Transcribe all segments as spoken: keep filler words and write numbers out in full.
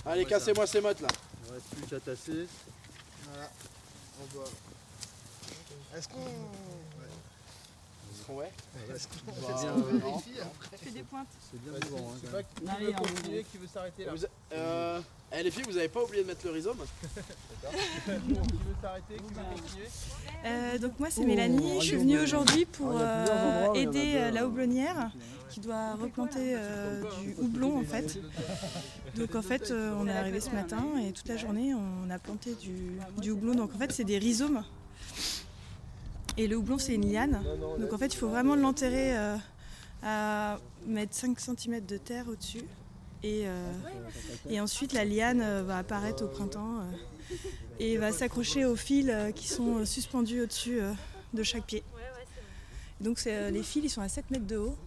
Allez, cassez-moi ces mottes là. Il ne reste plus qu'à tasser. Voilà, on voit. Est-ce qu'on... Ouais. Est-ce qu'on Bah, fait euh, vérifie Je après? fais des pointes. C'est bien Ouais, devant. c'est- Hein, c'est quand pas même. qui Allez, veut on continuer, va. qui veut s'arrêter là. Vous, euh, eh, les filles, vous avez pas oublié de mettre le rhizome? Qui veut s'arrêter, qui veut continuer? Euh, donc moi c'est Mélanie, je suis venue aujourd'hui pour Ah, il y a plusieurs euh, endroits, il y en a aider deux, euh, la euh, houblonnière qui doit replanter euh, du houblon en fait. Donc en fait euh, on est arrivé ce matin et toute la journée on a planté du, du houblon. Donc en fait c'est des rhizomes et le houblon c'est une liane. Donc en fait il faut vraiment l'enterrer euh, à mettre cinq centimètres de terre au-dessus. Et, euh, et ensuite la liane euh, va apparaître au printemps euh, et va s'accrocher aux fils euh, qui sont euh, suspendus au-dessus euh, de chaque pied. Et donc c'est, euh, les fils ils sont à sept mètres de haut.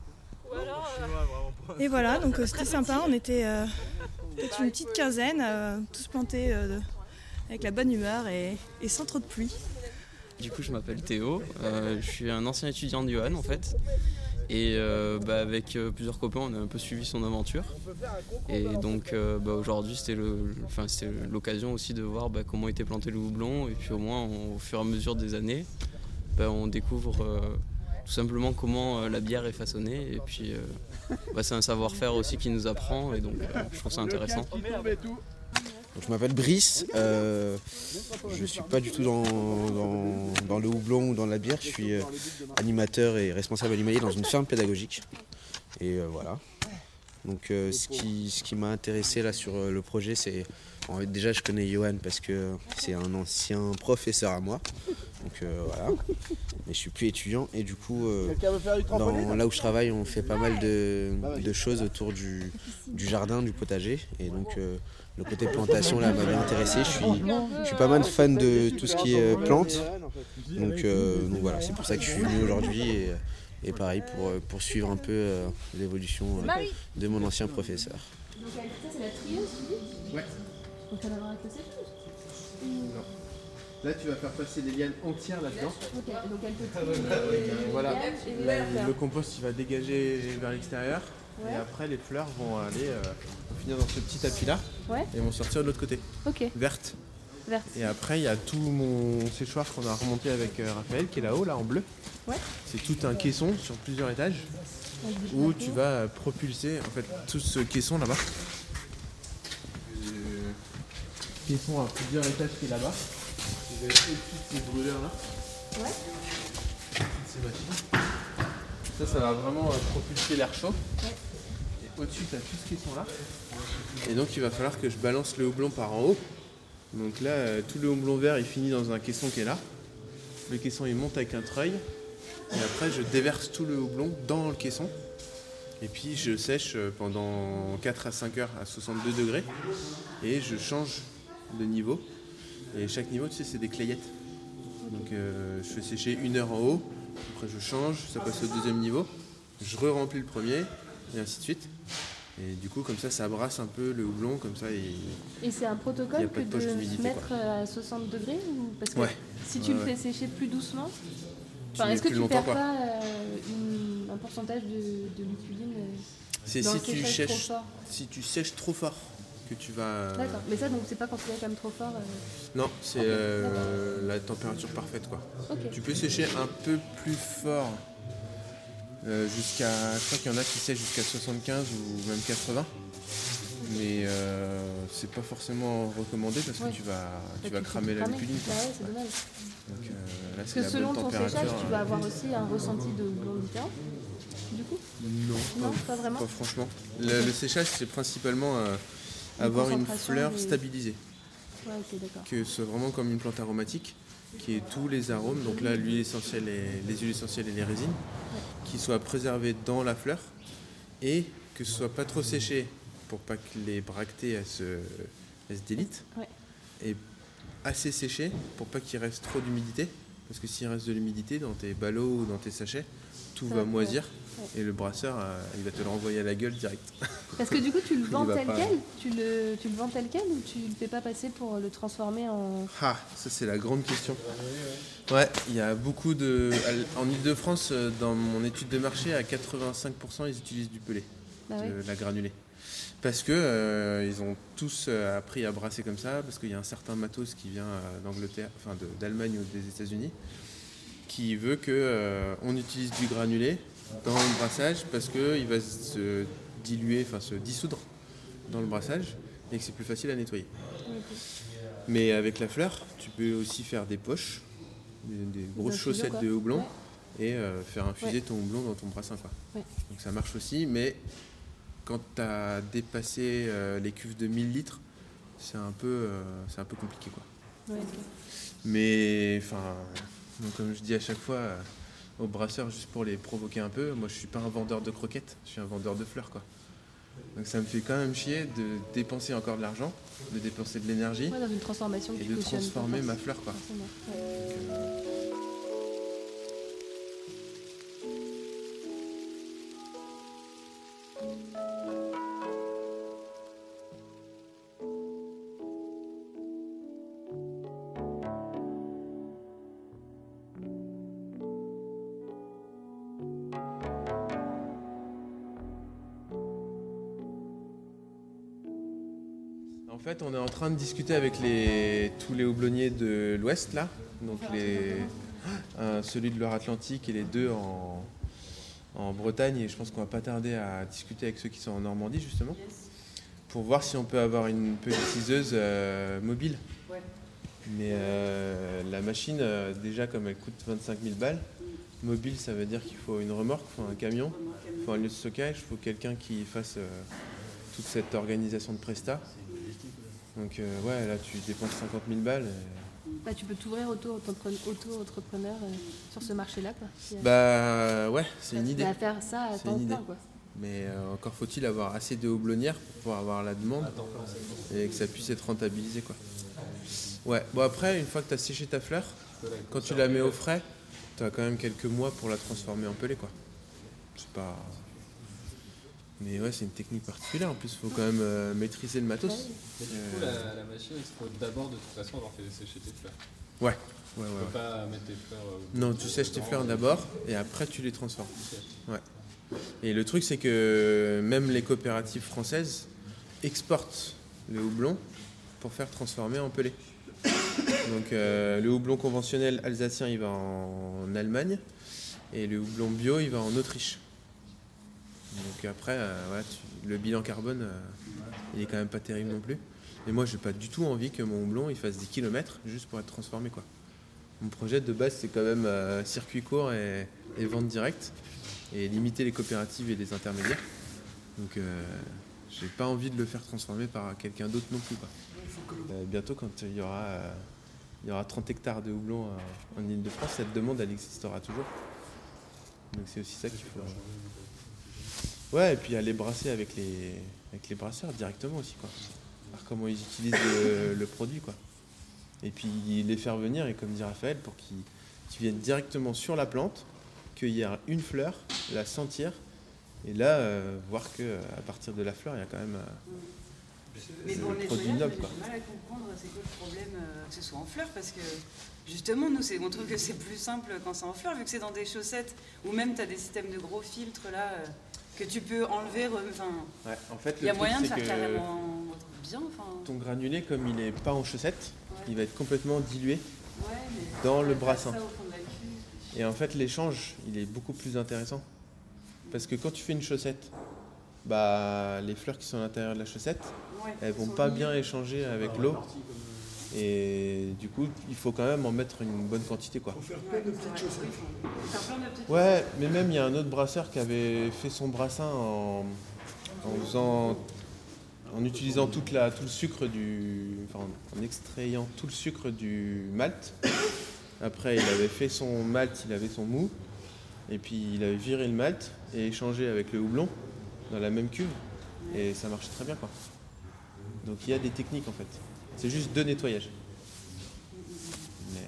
Et voilà, donc euh, c'était sympa, on était euh, peut-être une petite quinzaine, euh, tous plantés euh, avec la bonne humeur et, et sans trop de pluie. Du coup, je m'appelle Théo, euh, je suis un ancien étudiant de Johan en fait. Et euh, bah, avec euh, plusieurs copains, on a un peu suivi son aventure. Et donc euh, bah, aujourd'hui, c'était, le, enfin, c'était l'occasion aussi de voir bah, comment était planté le houblon. Et puis au moins, on, au fur et à mesure des années, bah, on découvre euh, tout simplement comment euh, la bière est façonnée. Et puis euh, bah, c'est un savoir-faire aussi qui nous apprend. Et donc euh, je trouve ça intéressant. Donc, je m'appelle Brice, euh, je ne suis pas du tout dans, dans, dans le houblon ou dans la bière, je suis euh, animateur et responsable animalier dans une ferme pédagogique. Et euh, voilà. Donc euh, ce qui, ce qui m'a intéressé là sur euh, le projet, c'est... Bon, déjà je connais Johan parce que c'est un ancien professeur à moi. Donc euh, voilà. Mais je suis plus étudiant et du coup euh, dans, là où je travaille on fait pas mal de, de choses autour du, du jardin, du potager. Et donc euh, le côté plantation là m'a bien intéressé. Je suis, je suis pas mal fan de tout ce qui est euh, plantes. Donc, euh, donc voilà, c'est pour ça que je suis venu aujourd'hui et, et pareil pour, pour suivre un peu euh, l'évolution euh, de mon ancien professeur. Donc ça c'est la trieuse, tu dis? Ouais. Donc ça va avoir avec le séchage? Non. Là tu vas faire passer des lianes entières là-dedans. Ok, donc elle peut trier les Voilà. lianes et les Là, fleurs. le compost il va dégager vers l'extérieur. Ouais. Et après les fleurs vont aller euh, vont finir dans ce petit tapis là. Ouais. Et vont sortir de l'autre côté. Ok, Vertes. verte. Et après il y a tout mon séchoir qu'on a remonté avec euh, Raphaël qui est là-haut, là en bleu. Ouais. C'est tout un caisson sur plusieurs étages où tu vas propulser en fait tout ce caisson là-bas. Le caisson à plusieurs étages qui est là-bas. Tu vas être au-dessus de ces brûleurs là. Ouais. Ces machines. Ça, ça va vraiment euh, propulser l'air chaud. Ouais. Et au-dessus, tu as tout ce caisson là. Et donc il va falloir que je balance le houblon par en haut. Donc là, euh, tout le houblon vert il finit dans un caisson qui est là. Le caisson il monte avec un treuil. Et après je déverse tout le houblon dans le caisson. Et puis je sèche pendant quatre à cinq heures à soixante-deux degrés. Et je change de niveau. Et chaque niveau, tu sais, c'est des clayettes. Donc euh, je fais sécher une heure en haut. Après je change, ça passe au deuxième niveau. Je re-remplis le premier. Et ainsi de suite. Et du coup, comme ça, ça brasse un peu le houblon. Comme ça, il... Et c'est un Il y protocole a pas que de poche de d'humidité, mettre quoi. à soixante degrés ou... Parce que Ouais. si tu Ouais, le ouais. fais sécher plus doucement, Tu enfin, mets est-ce que plus tu longtemps, perds quoi. pas euh, une- un pourcentage de, de lupuline euh, C'est dans si le tu, séchage trop sèches, fort? si tu sèches trop fort que tu vas... euh, D'accord, mais ça donc c'est pas considéré comme trop fort. euh, Non, c'est euh, la température parfaite, quoi. Ok. Tu peux sécher un peu plus fort, euh, jusqu'à... Je crois qu'il y en a qui sèchent jusqu'à soixante-quinze ou même quatre-vingts. Mais euh, c'est pas forcément recommandé parce que Ouais. tu vas, tu Bah, vas tu cramer peux la cramer. lupuline, quoi. Bah ouais, c'est dommage. Donc euh, là, Parce c'est que la selon bonne ton température. séchage, tu vas euh, avoir aussi un ressenti de houblon différent. Du coup Non, Non, pas, pas vraiment. pas franchement. Le, le séchage, c'est principalement euh, avoir une concentration fleur des- stabilisée. Ouais, ok, d'accord. Que ce soit vraiment comme une plante aromatique, qui ait tous les arômes, donc là l'huile essentielle et les huiles essentielles et les résines, qui soient préservées dans la fleur et que ce soit pas trop séché pour pas que les bractées elles se, elles se délitent, Ouais. et assez séché pour pas qu'il reste trop d'humidité, parce que s'il reste de l'humidité dans tes ballots ou dans tes sachets, tout Ça va va moisir ouais. et le brasseur euh, il va te le renvoyer à la gueule direct. Parce que du coup, tu le Il vends va tel pas. quel tu le, tu le vends tel quel ou tu le fais pas passer pour le transformer en... Ah, ça c'est la grande question. Ouais, il y a beaucoup de... En Ile-de-France, dans mon étude de marché, à quatre-vingt-cinq pour cent ils utilisent du pelé, Bah de ouais. la granulée. Parce que euh, ils ont tous euh, appris à brasser comme ça, parce qu'il y a un certain matos qui vient euh, d'Angleterre, enfin de, d'Allemagne ou des États-Unis, qui veut que euh, on utilise du granulé dans le brassage parce qu'il va se diluer, enfin se dissoudre dans le brassage et que c'est plus facile à nettoyer. Mais avec la fleur, tu peux aussi faire des poches, des, des grosses infusions, chaussettes quoi. de houblon Ouais. et euh, faire infuser Ouais. ton houblon dans ton brassin, quoi. Ouais. Donc ça marche aussi, mais quand tu as dépassé euh, les cuves de mille litres, c'est un peu, euh, c'est un peu compliqué, quoi. Ouais, ok. Mais enfin, donc, comme je dis à chaque fois euh, aux brasseurs, juste pour les provoquer un peu, moi je suis pas un vendeur de croquettes, je suis un vendeur de fleurs, quoi. Donc ça me fait quand même chier de dépenser encore de l'argent, de dépenser de l'énergie Ouais, dans une transformation que et tu de cautionnes pas transformer ma forcément. fleur, quoi. Ouais. En fait, on est en train de discuter avec les, tous les houblonniers de l'Ouest, là, donc les, un, celui de Loire-Atlantique et les deux en, en Bretagne, et je pense qu'on va pas tarder à discuter avec ceux qui sont en Normandie, justement, pour voir si on peut avoir une pellitisseuse euh, mobile. Mais euh, la machine, euh, déjà, comme elle coûte vingt-cinq mille balles, mobile, ça veut dire qu'il faut une remorque, il faut un camion, il faut un lieu de stockage, il faut quelqu'un qui fasse euh, toute cette organisation de prestat. Donc euh, ouais, là tu dépenses cinquante mille balles. Et... Bah, tu peux t'ouvrir auto-entrepreneur auto-entrepreneur, euh, sur ce marché-là, quoi. Si, euh, Bah ouais, c'est une idée. à faire ça à C'est temps une plein, idée. quoi. Mais euh, encore faut-il avoir assez de houblonnières pour pouvoir avoir la demande et que ça puisse être rentabilisé, quoi. Ouais, bon après, une fois que tu as séché ta fleur, quand tu la mets au frais, tu as quand même quelques mois pour la transformer en pellet, quoi. C'est pas... Mais ouais, c'est une technique particulière. En plus, il faut quand même euh, maîtriser le matos. Mais du coup, la, la machine, il faut d'abord de toute façon avoir fait sécher tes fleurs. Ouais, ouais, ouais. Tu ouais. peux pas mettre tes fleurs. euh, Non, tu sèches tes dedans, fleurs et- d'abord et après tu les transformes. Ouais. Et le truc, c'est que même les coopératives françaises exportent le houblon pour faire transformer en pellet. Donc euh, le houblon conventionnel alsacien, il va en Allemagne et le houblon bio, il va en Autriche. Donc après, euh, ouais, tu- le bilan carbone, euh, il est quand même pas terrible non plus. Et moi, j'ai pas du tout envie que mon houblon il fasse dix kilomètres juste pour être transformé, quoi. Mon projet de base, c'est quand même euh, circuit court et, et vente directe et limiter les coopératives et les intermédiaires. Donc, euh, j'ai pas envie de le faire transformer par quelqu'un d'autre non plus, quoi. Euh, bientôt, quand il y aura, euh, il y aura trente hectares de houblon euh, en Ile-de-France, cette demande, elle existera toujours. Donc, c'est aussi ça qu'il faut. Ouais, et puis aller brasser avec les, avec les brasseurs directement aussi, quoi. Voir comment ils utilisent le, le produit, quoi. Et puis les faire venir, et comme dit Raphaël, pour qu'ils qu'ils viennent directement sur la plante, cueillir une fleur, la sentir, et là, euh, voir qu'à partir de la fleur, il y a quand même euh, Mais pour le le produit nettoyage, noble, quoi. j'ai du mal à comprendre c'est quoi le problème euh, que ce soit en fleurs parce que justement nous c'est, on trouve que c'est plus simple quand c'est en fleurs vu que c'est dans des chaussettes ou même tu as des systèmes de gros filtres là euh, que tu peux enlever, re- enfin Ouais, en fait, il y a le truc, moyen de c'est faire que carrément bien, enfin ton granulé, comme il n'est pas en chaussette, Ouais. il va être complètement dilué. ouais, mais dans le faire brassin. ça au fond de la cuve. Et en fait, l'échange, il est beaucoup plus intéressant. Parce que quand tu fais une chaussette, bah, les fleurs qui sont à l'intérieur de la chaussette, Ouais, elles vont sont pas liées. bien échanger avec l'eau. Et du coup, il faut quand même en mettre une bonne quantité, quoi. Ouais, c'est vrai. Oui, faut faire plein de petites Ouais, mais même il y a un autre brasseur qui avait fait son brassin en, en faisant, en utilisant toute la, tout le sucre du, enfin, en extrayant tout le sucre du malt. Après, il avait fait son malt, il avait son mou, et puis il avait viré le malt et échangé avec le houblon dans la même cuve, et ça marche très bien, quoi. Donc il y a des techniques en fait. C'est juste deux nettoyages. Mais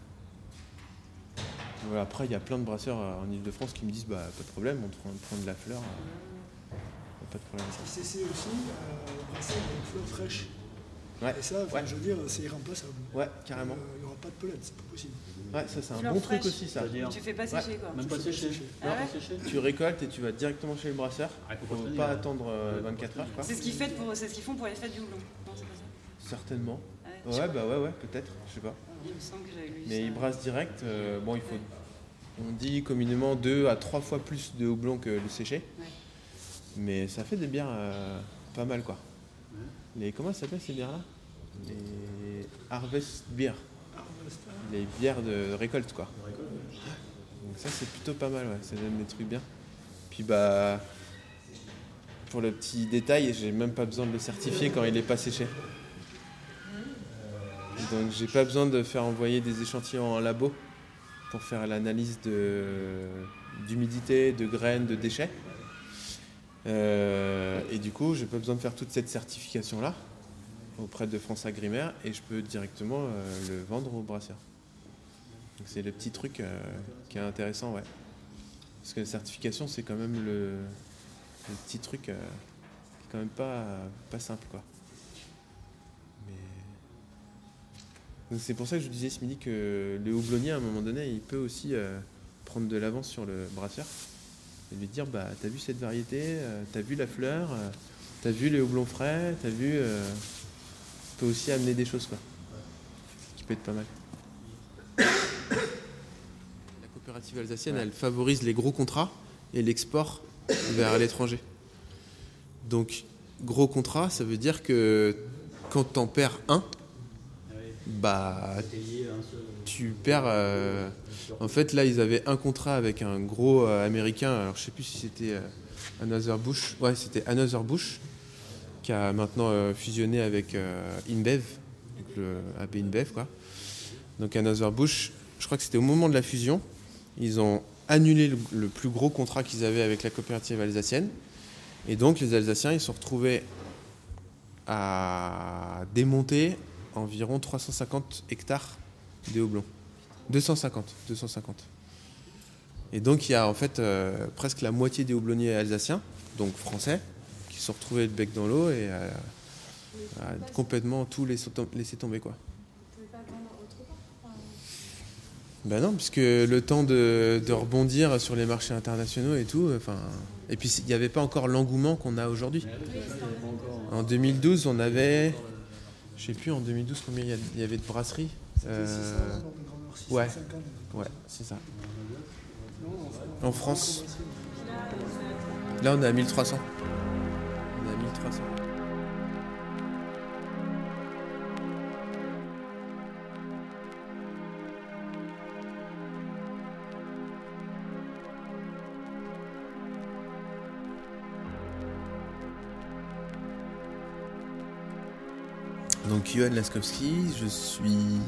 euh, voilà, après, il y a plein de brasseurs euh, en Ile-de-France qui me disent bah pas de problème, on te prend, prend de la fleur, euh, pas de problème. Il s'essaie aussi à brasser avec une fleur fraîche. Ouais. Et ça, enfin, Ouais. je veux dire, c'est irremplaçable. Ouais, carrément. Euh, Il n'y aura pas de pollen, c'est pas possible. Ouais, ça c'est un Fleurs bon truc fraîches. aussi ça. Tu fais pas sécher quoi. Même pas séché. Ah ouais Tu récoltes et tu vas directement chez le brasseur. Ah, faut Faut pas se pas tenir. attendre euh, vingt-quatre heures quoi. C'est ce qu'ils fait pour, c'est ce qu'ils font pour les fêtes du houblon. Non, c'est pas ça. Certainement. Ah ouais, je Ouais, sais bah ouais, ouais, peut-être, je sais pas. pas. Il me semble que j'avais lu Mais ça. ils brassent direct. euh, bon, il faut. On dit communément deux à trois fois plus de houblon que le séché. Ouais. Mais ça fait des bières euh, pas mal quoi. Les comment ça s'appelle ces bières là? Les harvest beer. Les bières de récolte quoi. Donc ça c'est plutôt pas mal ouais, ça donne des trucs bien. Puis bah pour le petit détail, j'ai même pas besoin de le certifier quand il est pas séché. Donc j'ai pas besoin de faire envoyer des échantillons en labo pour faire l'analyse de d'humidité, de graines, de déchets. Euh, et du coup, j'ai pas besoin de faire toute cette certification là auprès de France Agrimaire et je peux directement euh, le vendre au brasseur. Donc c'est le petit truc euh, qui est intéressant, ouais. Parce que la certification, c'est quand même le, le petit truc euh, qui est quand même pas, pas simple, quoi. Mais... Donc c'est pour ça que je vous disais ce midi que le houblonnier, à un moment donné, il peut aussi euh, prendre de l'avance sur le brasseur et lui dire, bah t'as vu cette variété, euh, t'as vu la fleur, euh, t'as vu les houblons frais, t'as vu... Euh, peut aussi amener des choses quoi, qui peut être pas mal. La coopérative alsacienne, elle favorise les gros contrats et l'export vers l'étranger. Donc gros contrat, ça veut dire que quand t'en perds un, bah tu perds. Euh, en fait là ils avaient un contrat avec un gros euh, américain. Alors je sais plus si c'était euh, Anheuser-Busch. Ouais, c'était Anheuser-Busch. Qui a maintenant euh, fusionné avec euh, InBev, donc le A B InBev quoi. Donc Anheuser-Busch, je crois que c'était au moment de la fusion, ils ont annulé le, le plus gros contrat qu'ils avaient avec la coopérative alsacienne, et donc les Alsaciens ils se sont retrouvés à démonter environ trois cent cinquante hectares de houblon. deux cent cinquante, deux cent cinquante. Et donc il y a en fait euh, presque la moitié des houblonniers alsaciens, donc français, qui se sont retrouvés le bec dans l'eau et à, à complètement tout laisser, laisser tomber quoi. Ben non, puisque le temps de, de rebondir sur les marchés internationaux et tout, enfin, et puis il n'y avait pas encore l'engouement qu'on a aujourd'hui. En deux mille douze, on avait, je sais plus, en deux mille douze combien il y avait de brasseries. Euh, ouais, ouais, c'est ça. En France, là on est à mille trois cents. On est à mille trois cents. Donc Johan Laskowski, je suis,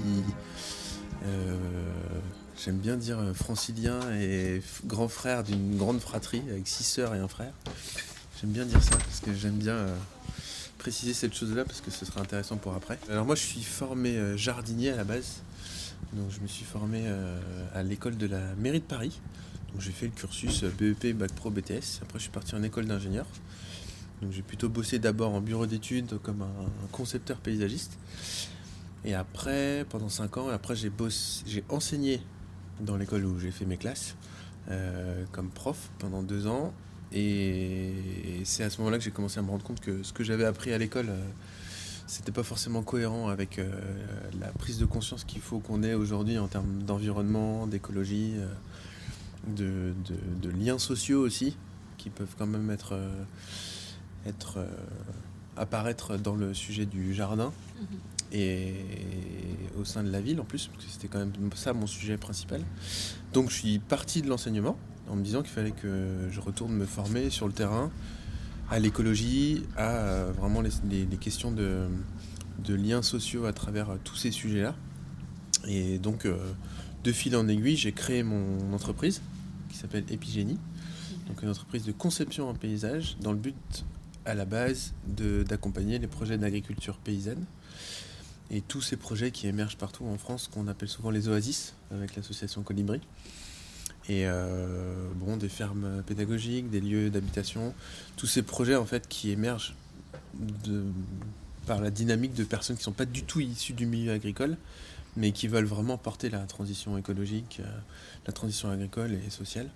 euh, j'aime bien dire francilien et grand frère d'une grande fratrie avec six sœurs et un frère. J'aime bien dire ça parce que j'aime bien euh, préciser cette chose-là parce que ce sera intéressant pour après. Alors moi je suis formé euh, jardinier à la base, donc je me suis formé euh, à l'école de la mairie de Paris. Donc j'ai fait le cursus B E P, Bac Pro, B T S. Après je suis parti en école d'ingénieur. Donc j'ai plutôt bossé d'abord en bureau d'études comme un, un concepteur paysagiste. Et après, pendant cinq ans, après j'ai bossé, j'ai enseigné dans l'école où j'ai fait mes classes euh, comme prof pendant deux ans. Et c'est à ce moment-là que j'ai commencé à me rendre compte que ce que j'avais appris à l'école, euh, c'était pas forcément cohérent avec euh, la prise de conscience qu'il faut qu'on ait aujourd'hui en termes d'environnement, d'écologie, euh, de, de, de liens sociaux aussi, qui peuvent quand même être... Euh, être euh, apparaître dans le sujet du jardin mmh. et au sein de la ville en plus, parce que c'était quand même ça mon sujet principal. Donc je suis parti de l'enseignement en me disant qu'il fallait que je retourne me former sur le terrain à l'écologie, à euh, vraiment les, les, les questions de, de liens sociaux à travers euh, tous ces sujets-là. Et donc euh, de fil en aiguille, j'ai créé mon entreprise qui s'appelle Epigénie, donc une entreprise de conception en paysage dans le but à la base de, d'accompagner les projets d'agriculture paysanne et tous ces projets qui émergent partout en France qu'on appelle souvent les oasis avec l'association Colibri et euh, bon, des fermes pédagogiques, des lieux d'habitation, tous ces projets en fait qui émergent de, par la dynamique de personnes qui ne sont pas du tout issues du milieu agricole, mais qui veulent vraiment porter la transition écologique, euh, la transition agricole et sociale.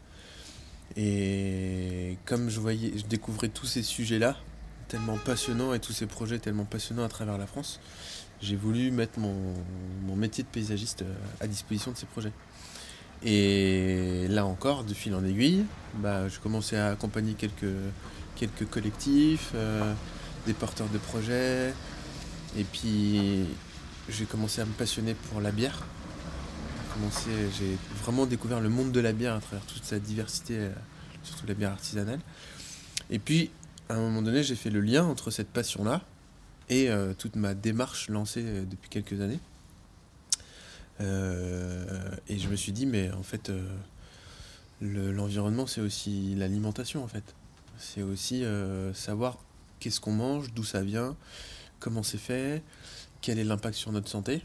Et comme je voyais, je découvrais tous ces sujets-là, tellement passionnants, et tous ces projets tellement passionnants à travers la France, j'ai voulu mettre mon, mon métier de paysagiste à disposition de ces projets. Et là encore, de fil en aiguille, bah, je commençais à accompagner quelques, quelques collectifs, euh, des porteurs de projets, et puis j'ai commencé à me passionner pour la bière. J'ai, commencé, j'ai vraiment découvert le monde de la bière à travers toute sa diversité, euh, surtout la bière artisanale. Et puis, à un moment donné, j'ai fait le lien entre cette passion-là et euh, toute ma démarche lancée euh, depuis quelques années. Euh, et je me suis dit, mais en fait, euh, le, l'environnement, c'est aussi l'alimentation, en fait. C'est aussi euh, savoir qu'est-ce qu'on mange, d'où ça vient, comment c'est fait, quel est l'impact sur notre santé.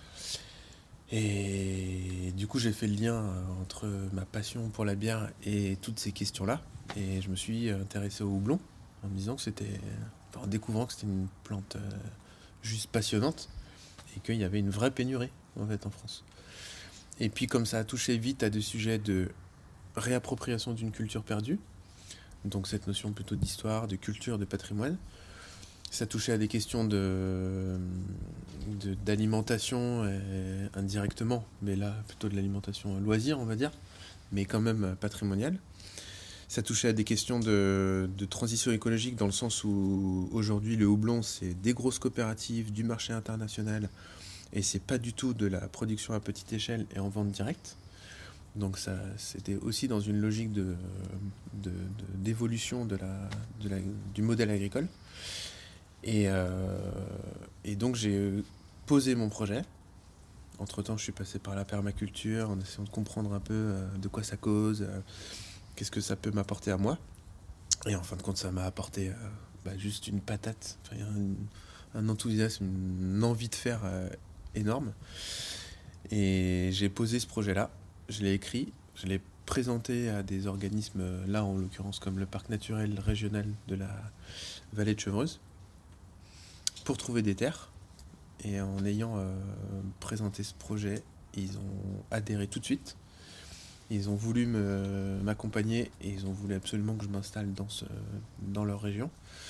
Et du coup, j'ai fait le lien entre ma passion pour la bière et toutes ces questions-là. Et je me suis intéressé au houblon en me disant que c'était, en découvrant que c'était une plante euh, juste passionnante et qu'il y avait une vraie pénurie en fait en France. Et puis comme ça a touché vite à des sujets de réappropriation d'une culture perdue, donc cette notion plutôt d'histoire, de culture, de patrimoine, ça touchait à des questions de, de d'alimentation euh, indirectement, mais là plutôt de l'alimentation loisir on va dire, mais quand même patrimoniale. Ça touchait à des questions de, de transition écologique dans le sens où aujourd'hui le houblon c'est des grosses coopératives, du marché international, et c'est pas du tout de la production à petite échelle et en vente directe. Donc ça, c'était aussi dans une logique de, de, de, d'évolution de la, de la, du modèle agricole. Et, euh, et donc j'ai posé mon projet. Entre-temps, je suis passé par la permaculture en essayant de comprendre un peu euh, de quoi ça cause, euh, qu'est-ce que ça peut m'apporter à moi. Et en fin de compte, ça m'a apporté euh, bah, juste une patate, enfin, un, un enthousiasme, une envie de faire euh, énorme. Et j'ai posé ce projet-là, je l'ai écrit, je l'ai présenté à des organismes, là en l'occurrence comme le parc naturel régional de la vallée de Chevreuse, pour trouver des terres. Et en ayant euh, présenté ce projet, ils ont adhéré tout de suite. Ils ont voulu me, m'accompagner et ils ont voulu absolument que je m'installe dans, ce, dans leur région.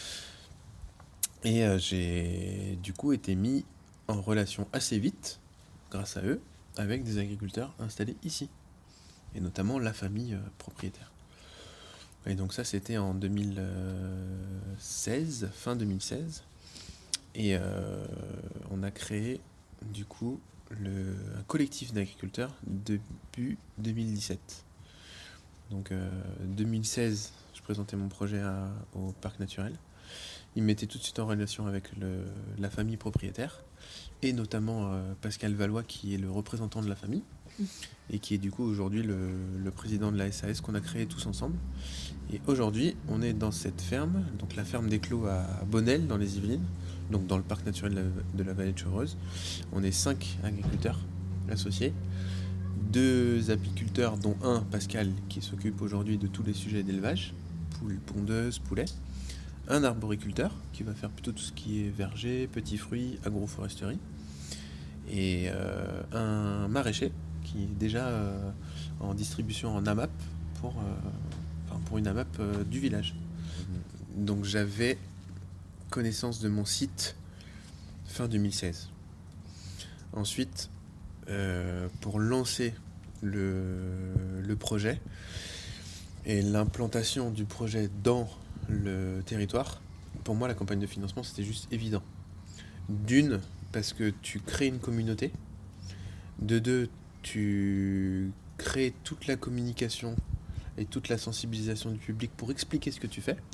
Et euh, j'ai du coup été mis en relation assez vite, grâce à eux, avec des agriculteurs installés ici. Et notamment la famille euh, propriétaire. Et donc ça, c'était en deux mille seize, fin deux mille seize. Et euh, on a créé, du coup, le, un collectif d'agriculteurs début deux mille dix-sept. Donc euh, deux mille seize, je présentais mon projet à, au parc naturel. Ils me mettaient tout de suite en relation avec le, la famille propriétaire, et notamment euh, Pascal Valois, qui est le représentant de la famille, et qui est du coup aujourd'hui le, le président de la S A S qu'on a créé tous ensemble. Et aujourd'hui, on est dans cette ferme, donc la ferme des Clos à Bonnel, dans les Yvelines, donc dans le parc naturel de la, de la vallée de Chevreuse. On est cinq agriculteurs associés, deux apiculteurs, dont un, Pascal, qui s'occupe aujourd'hui de tous les sujets d'élevage, poules, pondeuses, poulets, un arboriculteur, qui va faire plutôt tout ce qui est verger, petits fruits, agroforesterie, et euh, un maraîcher, qui est déjà euh, en distribution en AMAP pour, euh, enfin pour une AMAP euh, du village. Donc j'avais connaissance de mon site fin deux mille seize. Ensuite, euh, pour lancer le, le projet et l'implantation du projet dans le territoire, pour moi la campagne de financement c'était juste évident. D'une, parce que tu crées une communauté. De deux, tu crées toute la communication et toute la sensibilisation du public pour expliquer ce que tu fais.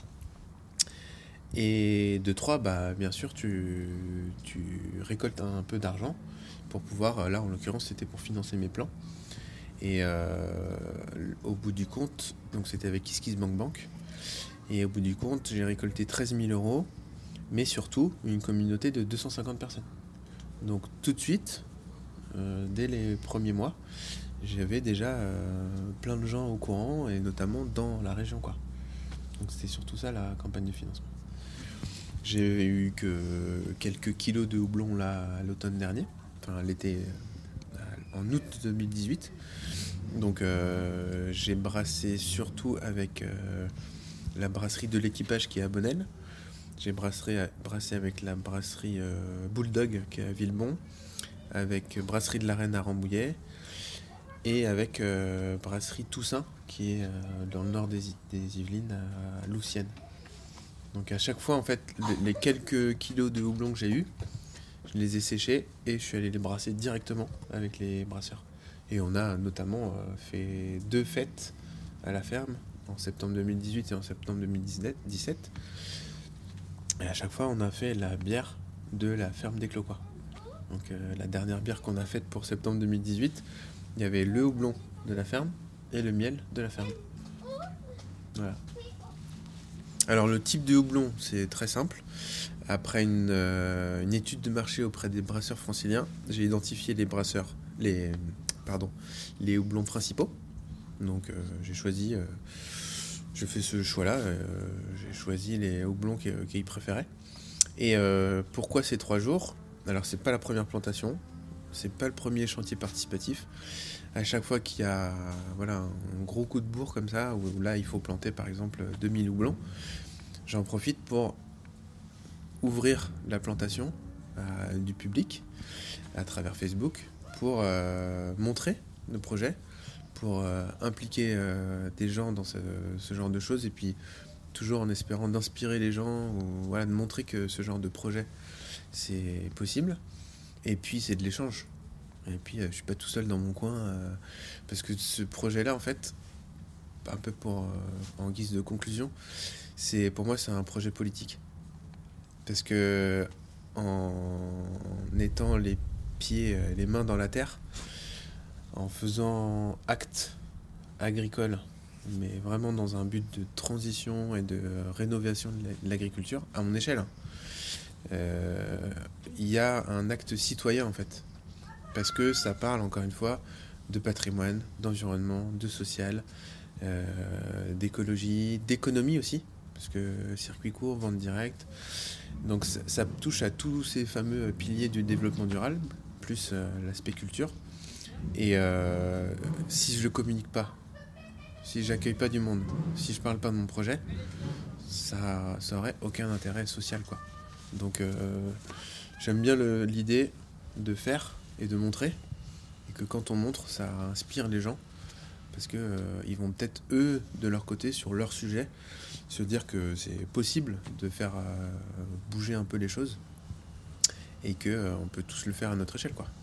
Et de trois, bah, bien sûr, tu, tu récoltes un, un peu d'argent pour pouvoir, là en l'occurrence c'était pour financer mes plans. Et euh, au bout du compte, donc c'était avec KissKissBankBank Bank, et au bout du compte j'ai récolté treize mille euros, mais surtout une communauté de deux cent cinquante personnes. Donc tout de suite, euh, dès les premiers mois, j'avais déjà euh, plein de gens au courant, et notamment dans la région, quoi. Donc c'était surtout ça la campagne de financement. J'ai eu que quelques kilos de houblon là à l'automne dernier, enfin l'été, euh, en août deux mille dix-huit. Donc euh, j'ai brassé surtout avec euh, la brasserie de l'équipage qui est à Bonnel. J'ai brassé, brassé avec la brasserie euh, Bulldog qui est à Villebon, avec brasserie de la Reine à Rambouillet et avec euh, brasserie Toussaint qui est euh, dans le nord des, des Yvelines à Loussienne. Donc à chaque fois, en fait, les quelques kilos de houblon que j'ai eu, je les ai séchés et je suis allé les brasser directement avec les brasseurs. Et on a notamment euh, fait deux fêtes à la ferme, en septembre deux mille dix-huit et en septembre deux mille dix-sept. Et à chaque fois, on a fait la bière de la ferme des Cloquois. Donc euh, la dernière bière qu'on a faite pour septembre deux mille dix-huit, il y avait le houblon de la ferme et le miel de la ferme. Voilà. Alors le type de houblon, c'est très simple. Après une, euh, une étude de marché auprès des brasseurs franciliens, j'ai identifié les brasseurs, les, pardon, les houblons principaux. Donc euh, j'ai choisi, euh, j'ai fait ce choix-là, euh, j'ai choisi les houblons qu'ils qu'ils préféraient. Et euh, pourquoi ces trois jours ? Alors c'est pas la première plantation, c'est pas le premier chantier participatif. À chaque fois qu'il y a voilà, un gros coup de bourre comme ça, où là il faut planter par exemple deux mille houblons, j'en profite pour ouvrir la plantation à du public à travers Facebook pour euh, montrer le projet, pour euh, impliquer euh, des gens dans ce, ce genre de choses et puis toujours en espérant d'inspirer les gens ou voilà, de montrer que ce genre de projet c'est possible et puis c'est de l'échange. Et puis euh, je suis pas tout seul dans mon coin euh, parce que ce projet-là en fait, un peu pour euh, en guise de conclusion, c'est pour moi c'est un projet politique parce que en étant les pieds, euh, les mains dans la terre, en faisant acte agricole, mais vraiment dans un but de transition et de rénovation de l'agriculture à mon échelle, euh, il y a un acte citoyen en fait. Parce que ça parle, encore une fois, de patrimoine, d'environnement, de social, euh, d'écologie, d'économie aussi, parce que circuit court, vente directe. Donc ça, ça touche à tous ces fameux piliers du développement durable, plus euh, l'aspect culture. Et euh, si je ne communique pas, si j'accueille pas du monde, si je parle pas de mon projet, ça ça aurait aucun intérêt social, quoi. Donc euh, j'aime bien le, l'idée de faire et de montrer, et que quand on montre, ça inspire les gens, parce que euh, ils vont peut-être eux de leur côté sur leur sujet se dire que c'est possible de faire euh, bouger un peu les choses et que euh, on peut tous le faire à notre échelle, quoi.